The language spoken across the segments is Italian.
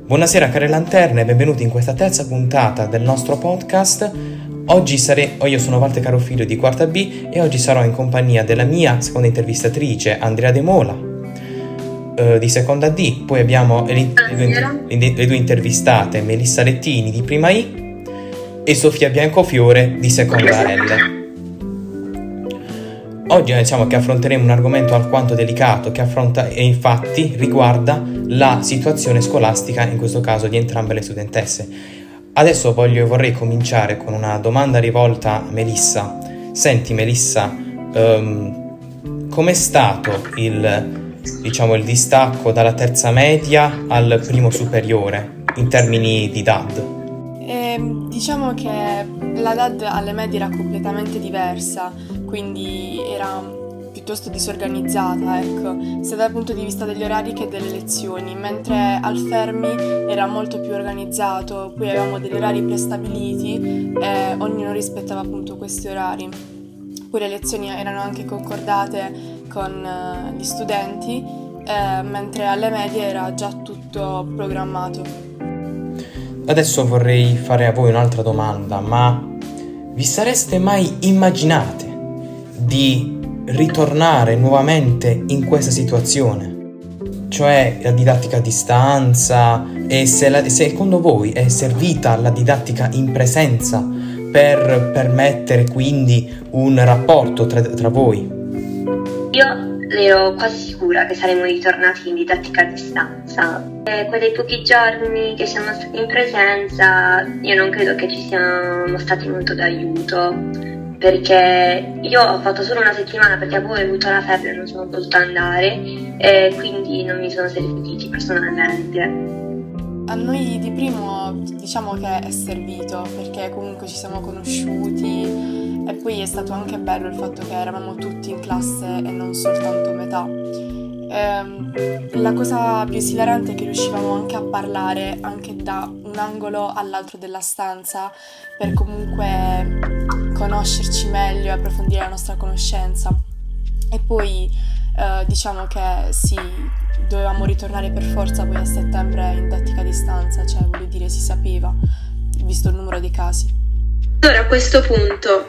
Buonasera care lanterne e benvenuti in questa terza puntata del nostro podcast. Io sono Walter Carofiglio di Quarta B e oggi sarò in compagnia della mia seconda intervistatrice Andrea De Mola di Seconda D. Poi abbiamo le due intervistate Melissa Lettini di Prima I e Sofia Biancofiore di Seconda L. Oggi diciamo che affronteremo un argomento alquanto delicato che infatti riguarda la situazione scolastica, in questo caso di entrambe le studentesse. Adesso vorrei cominciare con una domanda rivolta a Melissa. Senti Melissa, com'è stato il distacco dalla terza media al primo superiore in termini di DAD? Diciamo che la DAD alle medie era completamente diversa, quindi era piuttosto disorganizzata, sia dal punto di vista degli orari che delle lezioni, mentre al Fermi era molto più organizzato, poi avevamo degli orari prestabiliti e ognuno rispettava appunto questi orari. Poi le lezioni erano anche concordate con gli studenti, mentre alle medie era già tutto programmato. Adesso vorrei fare a voi un'altra domanda, ma vi sareste mai immaginate di ritornare nuovamente in questa situazione? Cioè la didattica a distanza, e se secondo voi è servita la didattica in presenza per permettere quindi un rapporto tra voi? Io ero quasi sicura che saremmo ritornati in didattica a distanza. Quei pochi giorni che siamo stati in presenza, io non credo che ci siamo stati molto d'aiuto, perché io ho fatto solo una settimana perché avevo avuto la febbre e non sono potuta andare, e quindi non mi sono serviti personalmente. A noi di primo diciamo che è servito, perché comunque ci siamo conosciuti e poi è stato anche bello il fatto che eravamo tutti in classe e non soltanto metà. La cosa più esilarante è che riuscivamo anche a parlare anche da un angolo all'altro della stanza per comunque conoscerci meglio e approfondire la nostra conoscenza. E poi diciamo che sì, dovevamo ritornare per forza poi a settembre in didattica a distanza, cioè voglio dire si sapeva, visto il numero dei casi. Allora a questo punto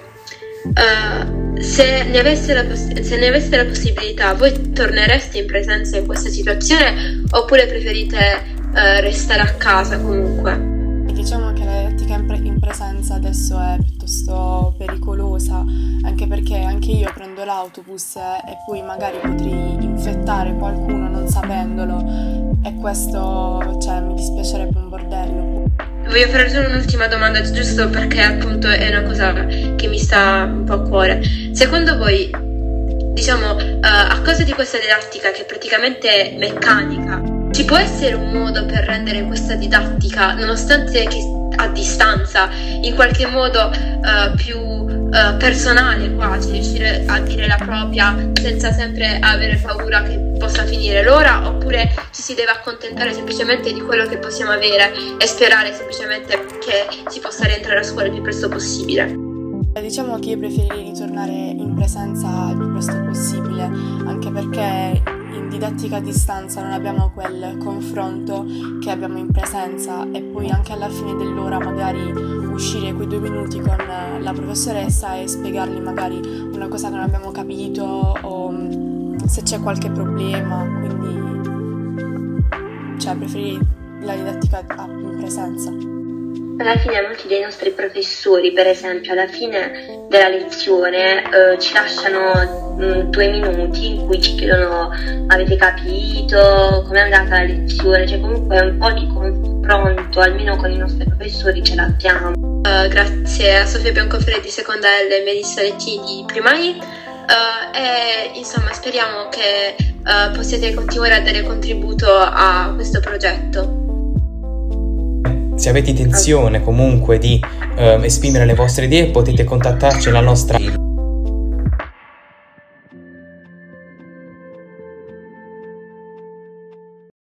se ne aveste la possibilità, voi tornereste in presenza in questa situazione oppure preferite restare a casa comunque? Diciamo che la didattica in presenza adesso è piuttosto pericolosa, anche perché anche io prendo l'autobus e poi magari potrei infettare qualcuno non sapendolo, e questo mi dispiacerebbe un bordello. Voglio fare solo un'ultima domanda, giusto perché appunto è una cosa che mi sta un po' a cuore. Secondo voi, a causa di questa didattica che è praticamente meccanica, ci può essere un modo per rendere questa didattica, nonostante che a distanza, in qualche modo più personale quasi, riuscire a dire la propria senza sempre avere paura che possa finire l'ora, oppure ci si deve accontentare semplicemente di quello che possiamo avere e sperare semplicemente che si possa rientrare a scuola il più presto possibile? Diciamo che io preferirei ritornare in presenza il più presto possibile, anche perché in didattica a distanza non abbiamo quel confronto che abbiamo in presenza, e poi anche alla fine dell'ora magari uscire quei 2 minuti con la professoressa e spiegargli magari una cosa che non abbiamo capito o se c'è qualche problema, quindi preferirei la didattica in presenza. Alla fine molti dei nostri professori, per esempio, alla fine della lezione ci lasciano 2 minuti in cui ci chiedono: avete capito? Com'è andata la lezione? Comunque un po' di confronto, almeno con i nostri professori, ce l'abbiamo. Grazie a Sofia Biancofiore di Seconda L e Melissa Lettini di Prima I, e insomma speriamo che possiate continuare a dare contributo a questo progetto. Se avete intenzione comunque di esprimere le vostre idee, potete contattarci alla nostra